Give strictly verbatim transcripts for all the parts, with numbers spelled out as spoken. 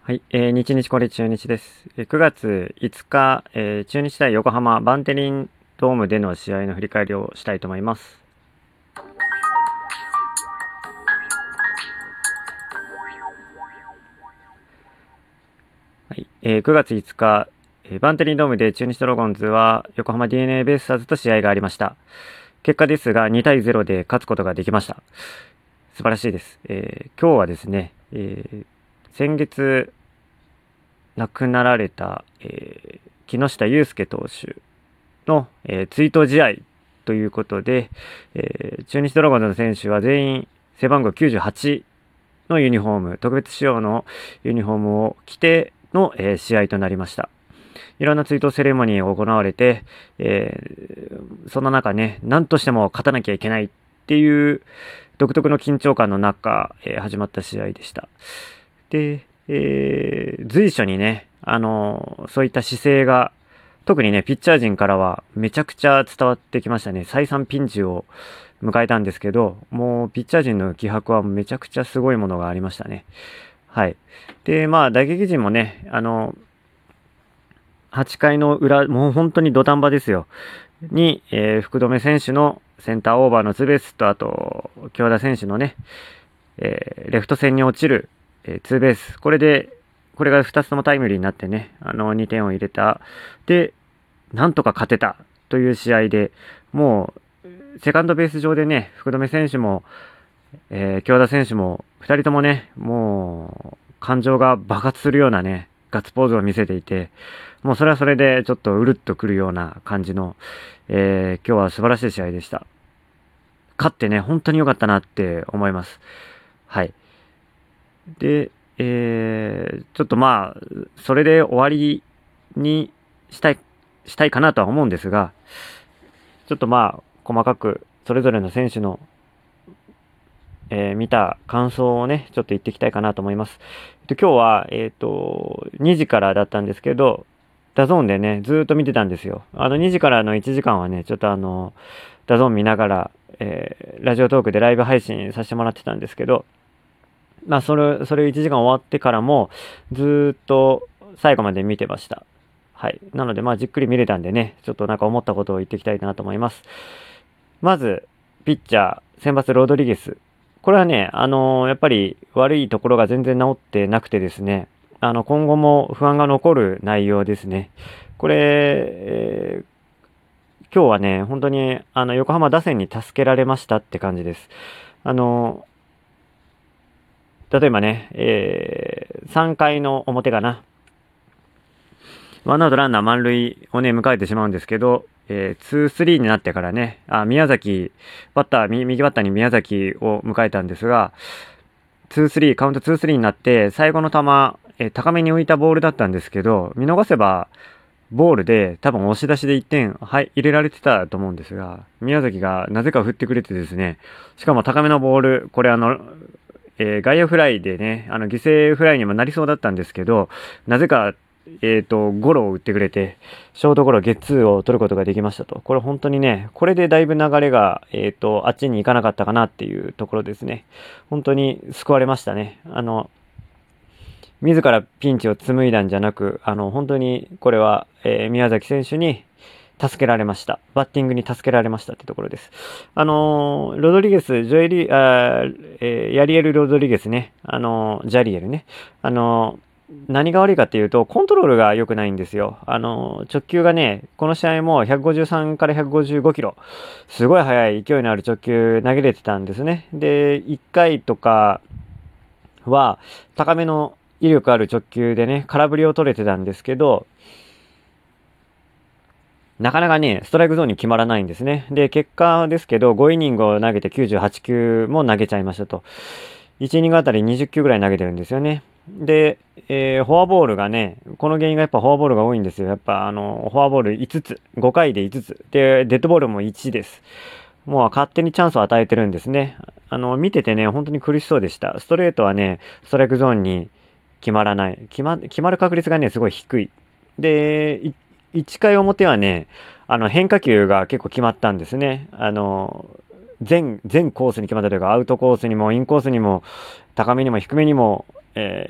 はい、えー、日日これ中日です。えーくがついつか、えー中日対横浜バンテリンドームでの試合の振り返りをしたいと思います。はい、えーくがついつか、えーバンテリンドームで中日ドラゴンズは横浜 ディーエヌエー ベイスターズと試合がありました。結果ですがにたいゼロで勝つことができました。素晴らしいです。えー今日はですね、えー先月亡くなられた、えー木下雄介投手の、えー追悼試合ということで、えー中日ドラゴンズの選手は全員背番号きゅうじゅうはちのユニフォーム、特別仕様のユニフォームを着ての、えー試合となりました。いろんな追悼セレモニーを行われて、えーそんな中ね、何としても勝たなきゃいけないっていう独特の緊張感の中、えー始まった試合でした。で、えー随所にね、あのそういった姿勢が特にね、ピッチャー陣からはめちゃくちゃ伝わってきましたね。再三ピンチを迎えたんですけど、もうピッチャー陣の気迫はめちゃくちゃすごいものがありましたね。はい。で、まあ、打撃陣もね、あの、はちかいの裏、もう本当に土壇場ですよ。に、えー福留選手のセンターオーバーのツーベースと、あと、京田選手のね、えーレフト線に落ちる、えーツーベース。これで、これがふたつともタイムリーになってね、あの、にてんを入れた。で、なんとか勝てたという試合で、もう、セカンドベース上でね、福留選手も、えー京田選手も、ふたりともね、もう、感情が爆発するようなね、ガッツポーズを見せていて、もうそれはそれでちょっとうるっとくるような感じの、えー今日は素晴らしい試合でした。勝ってね、本当に良かったなって思います。はい。で、えーちょっとまあ、それで終わりにしたい、したいかなとは思うんですが、ちょっとまあ、細かく、それぞれの選手の、えー見た感想をね、ちょっと言っていきたいかなと思います。えっと、今日は、えっと、にじからだったんですけど、ダゾーンでね、ずーっと見てたんですよ。あの、にじからのいちじかんはね、ちょっとあの、ダゾーン見ながら、えーラジオトークでライブ配信させてもらってたんですけど、まあ、それ、それいちじかん終わってからも、ずーっと最後まで見てました。はい。なので、まあ、じっくり見れたんでね、ちょっとなんか思ったことを言っていきたいなと思います。まず、ピッチャー、先発ロドリゲス。これはね、あのーやっぱり悪いところが全然治ってなくてですね、あの、今後も不安が残る内容ですね。これ、えー今日はね、本当に、あの、横浜打線に助けられましたって感じです。あの例えばね、えーさんかいの表かな。ワンアウトランナー満塁をね、迎えてしまうんですけど、えー、ツースリーになってからね、あ、宮崎、バッター、右バッターに宮崎を迎えたんですが、ツースリー、カウントツースリーになって、最後の球、えー高めに浮いたボールだったんですけど、見逃せば、ボールで、多分押し出しでいってん、はい、入れられてたと思うんですが、宮崎がなぜか振ってくれてですね、しかも高めのボール、これあの、えー外野フライでね、あの、犠牲フライにもなりそうだったんですけど、なぜか、えっと、ゴロを打ってくれて、ショートゴロゲッツーを取ることができましたと。これ本当にね、これでだいぶ流れが、えっと、あっちに行かなかったかなっていうところですね。本当に救われましたね。あの、自らピンチを紡いだんじゃなく、あの、本当にこれは、えー宮崎選手に助けられました。バッティングに助けられましたってところです。あのーロドリゲス、ジョエリ、あーえーヤリエル・ロドリゲスね。あのージャリエルね。あのー何が悪いかっていうと、コントロールが良くないんですよ。あのー直球がね、この試合もひゃくごじゅうさんからひゃくごじゅうごキロ。すごい速い勢いのある直球投げれてたんですね。で、いっかいとかは、高めの威力ある直球でね、空振りを取れてたんですけど、なかなかね、ストライクゾーンに決まらないんですね。で、結果ですけど、ごイニングを投げてきゅうじゅうはちきゅうも投げちゃいましたと。いちイニングあたりにじゅっきゅうぐらい投げてるんですよね。で、えーフォアボールがね、この原因がやっぱフォアボールが多いんですよ。やっぱあの、フォアボールいつつ、ごかいでいつつ。で、デッドボールもいちです。もう勝手にチャンスを与えてるんですね。あの、見ててね、本当に苦しそうでした。ストレートはね、ストライクゾーンに決まらない。決ま、決まる確率がね、すごい低い。で、いいっかい表はね、あの、変化球が結構決まったんですね。あの、全、全コースに決まったというか、アウトコースにも、インコースにも、高めにも低めにも、えー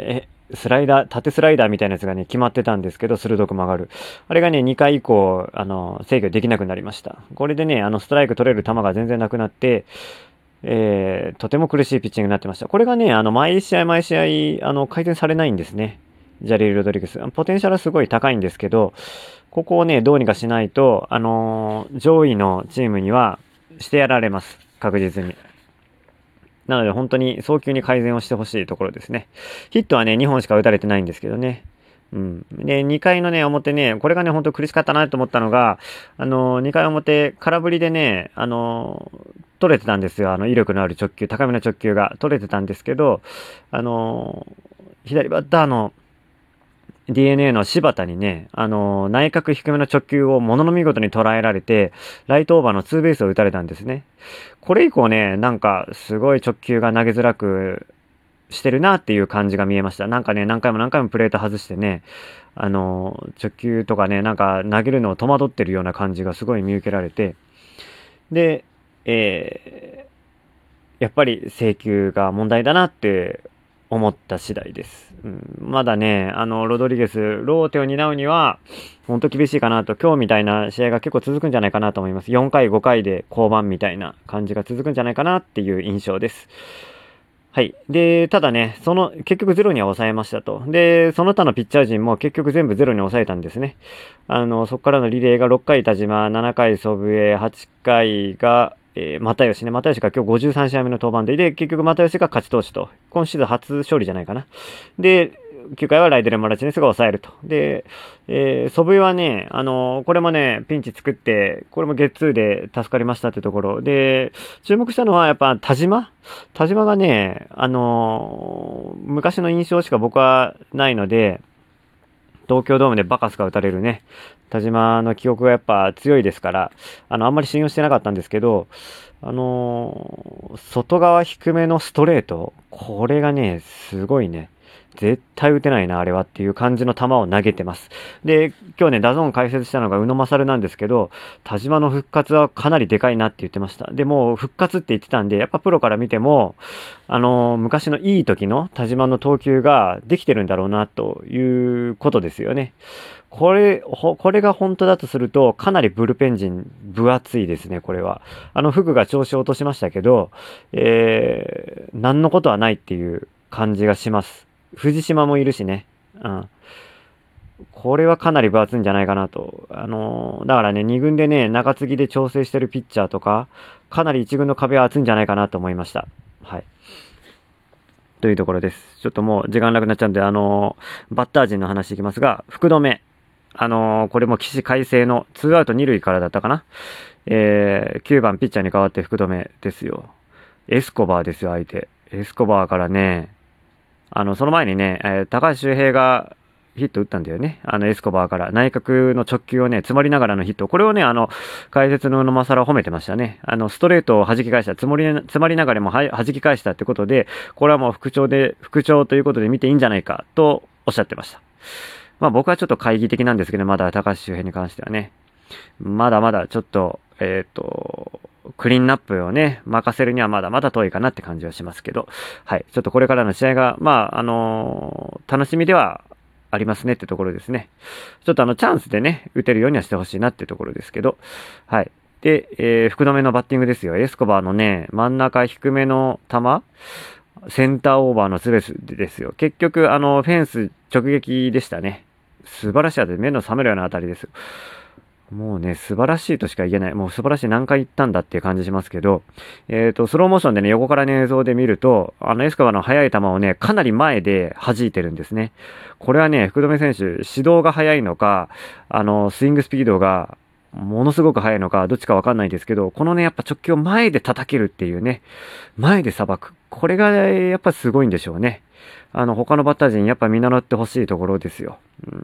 スライダー、縦スライダーみたいなやつがね、決まってたんですけど、鋭く曲がる。あれがね、にかい以降、あの、制御できなくなりました。これでね、あの、ストライク取れる球が全然なくなって、えー、とても苦しいピッチングになってました。これがね、あの、毎試合毎試合、あの、改善されないんですね。ジャリー・ロドリゲス。ポテンシャルはすごい高いんですけど、ここをね、どうにかしないと、あのー上位のチームにはしてやられます。確実に。なので本当に早急に改善をしてほしいところですね。ヒットはね、にほんしか打たれてないんですけどね。うん。で、にかいのね、表ね、これがね、ほんと苦しかったなと思ったのが、あのー、にかい表、空振りでね、あのー取れてたんですよ。あの、威力のある直球、高めの直球が取れてたんですけど、あのー左バッターの ディーエヌエー の柴田にね、あのー内角低めの直球をものの見事に捉えられて、ライトオーバーのツーベースを打たれたんですね。これ以降ね、なんかすごい直球が投げづらくしてるなっていう感じが見えました。なんかね、何回も何回もプレート外してね、あのー直球とかね、なんか投げるのを戸惑ってるような感じがすごい見受けられて、で、えーやっぱり請求が問題だなって思った次第です。うん、まだね、あの、ロドリゲス、ローテを担うには、ほんと厳しいかなと、今日みたいな試合が結構続くんじゃないかなと思います。よんかい、ごかいで降板みたいな感じが続くんじゃないかなっていう印象です。はい。で、ただね、その、結局ゼロには抑えましたと。で、その他のピッチャー陣も結局全部ゼロに抑えたんですね。あの、そこからのリレーがろっかい田島、ななかい祖父江、はちかいが、えー、又吉ね。又吉が今日ごじゅうさん試合目の登板で、で、結局又吉が勝ち投手と。今シーズン初勝利じゃないかな。で、きゅうかいはライデル・マラチネスが抑えると。で、えー、祖父江はね、あのーこれもね、ピンチ作って、これもゲッツーで助かりましたってところ。で、注目したのはやっぱ田島田島がね、あのー昔の印象しか僕はないので、東京ドームでバカスカ打たれるね、田島の記憶がやっぱ強いですから、あの、あんまり信用してなかったんですけど、あのー外側低めのストレート、これがね、すごいね、絶対打てないな、あれはっていう感じの球を投げてます。で、今日ね、ダゾーン解説したのが宇野勝なんですけど、田島の復活はかなりでかいなって言ってました。で、もう復活って言ってたんで、やっぱプロから見ても、あのー昔のいい時の田島の投球ができてるんだろうな、ということですよね。これ、ほこれが本当だとすると、かなりブルペン陣分厚いですね、これは。あの、フグが調子を落としましたけど、えー、何のことはないっていう感じがします。藤島もいるしね。うん。これはかなり分厚いんじゃないかなと。あのーだからね、に軍でね、中継ぎで調整してるピッチャーとか、かなりいち軍の壁は厚いんじゃないかなと思いました。はい。というところです。ちょっともう時間なくなっちゃうんで、あのーバッター陣の話いきますが、福留。あのーこれも起死回生のツーアウトに塁からだったかな。えー、きゅうばんピッチャーに代わって福留ですよ。エスコバーですよ、相手。エスコバーからね、あの、その前にね、えー高橋周平がヒット打ったんだよね。あの、エスコバーから内角の直球をね、詰まりながらのヒット。これをね、あの、解説の宇野正良褒めてましたね。あの、ストレートを弾き返した、積もり、詰まりながらもは弾き返したってことで、これはもう復調で、復調ということで見ていいんじゃないかとおっしゃってました。まあ僕はちょっと懐疑的なんですけど、まだ高橋周平に関してはね。まだまだちょっと、えっと、クリーンナップをね、任せるにはまだまだ遠いかなって感じはしますけど、はい。ちょっとこれからの試合が、まあ、あのー楽しみではありますねってところですね。ちょっとあの、チャンスでね、打てるようにはしてほしいなってところですけど、はい。で、えー、福留のバッティングですよ。エスコバーのね、真ん中低めの球、センターオーバーのツベスですよ。結局、あの、フェンス直撃でしたね。素晴らしい当たり、目の覚めるような当たりです。もうね、素晴らしいとしか言えない。もう素晴らしい何回言ったんだっていう感じしますけど、えっと、スローモーションでね、横からの映像で見ると、あの、エスカバの速い球をね、かなり前で弾いてるんですね。これはね、福留選手、指導が速いのか、あの、スイングスピードが、ものすごく速いのか、どっちかわかんないですけど、このね、やっぱ直球を前で叩けるっていうね、前でさばく。これが、やっぱすごいんでしょうね。あの、他のバッター陣、やっぱ見習ってほしいところですよ。うん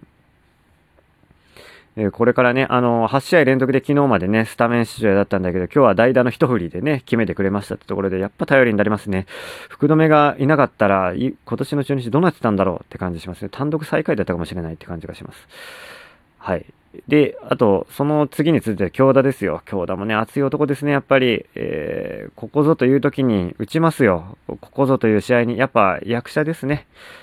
えーこれからね、あのー、はち試合連続で昨日までね、スタメン出場だったんだけど、今日は代打の一振りでね、決めてくれましたってところで、やっぱ頼りになりますね。福留がいなかったら、い今年の中日どうなってたんだろうって感じしますね。単独最下位だったかもしれないって感じがします。はい。で、あと、その次については京田ですよ。京田もね、熱い男ですね、やっぱり。えー、ここぞという時に打ちますよ。ここぞという試合に、やっぱ役者ですね。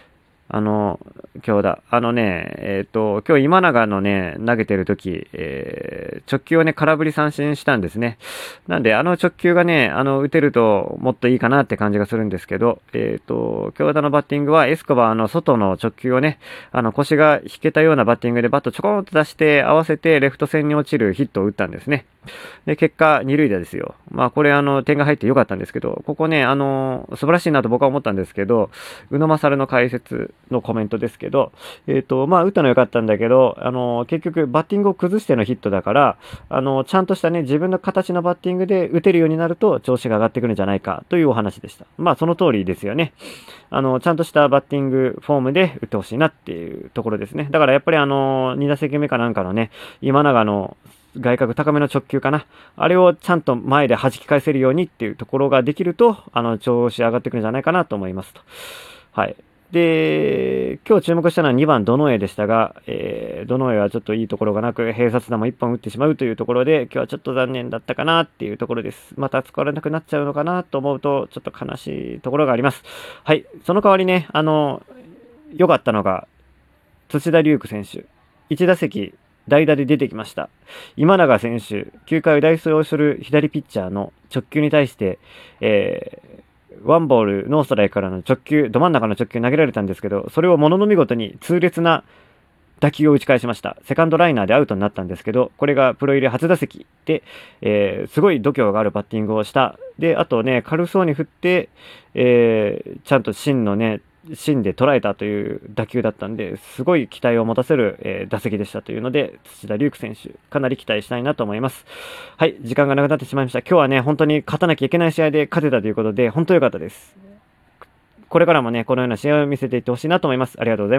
あの、今日だ。あのね、えっと、今日今永のね、投げてる時、えー直球をね、空振り三振したんですね。なんで、あの直球がね、あの、打てるともっといいかなって感じがするんですけど、えっと、京田のバッティングはエスコバーの外の直球をね、あの、腰が引けたようなバッティングでバットちょこんと出して合わせてレフト線に落ちるヒットを打ったんですね。で、結果、二塁打ですよ。まあ、これ、あの、点が入ってよかったんですけど、ここね、あの、素晴らしいなと僕は思ったんですけど、宇野勝の解説のコメントですけど、えっと、まあ、打ったの良かったんだけど、あの、結局、バッティングを崩してのヒットだから、あの、ちゃんとしたね、自分の形のバッティングで打てるようになると、調子が上がってくるんじゃないか、というお話でした。まあ、その通りですよね。あの、ちゃんとしたバッティングフォームで打ってほしいなっていうところですね。だからやっぱりあの、に打席目かなんかのね、今永の外角高めの直球かな。あれをちゃんと前で弾き返せるようにっていうところができると、あの、調子上がってくるんじゃないかなと思いますと。はい。で、今日注目したのはにばん、ドノエでしたが、えー、ドノエはちょっといいところがなく、併殺打もいっぽん打ってしまうというところで、今日はちょっと残念だったかなっていうところです。また使われなくなっちゃうのかなと思うと、ちょっと悲しいところがあります。はい。その代わりね、あの、良かったのが、土田龍空選手。いち打席、代打で出てきました。今永選手、きゅうかいを代走をする左ピッチャーの直球に対して、えーワンボール、ノーストライクからの直球、ど真ん中の直球投げられたんですけど、それをものの見事に痛烈な打球を打ち返しました。セカンドライナーでアウトになったんですけど、これがプロ入り初打席で、えーすごい度胸があるバッティングをした。で、あとね、軽そうに振って、えーちゃんと芯のね、芯で捉えたという打球だったんで、すごい期待を持たせる、えー打席でしたというので、土田龍空選手、かなり期待したいなと思います。はい、時間がなくなってしまいました。今日はね、本当に勝たなきゃいけない試合で勝てたということで、本当良かったです。これからもね、このような試合を見せていってほしいなと思います。ありがとうございます。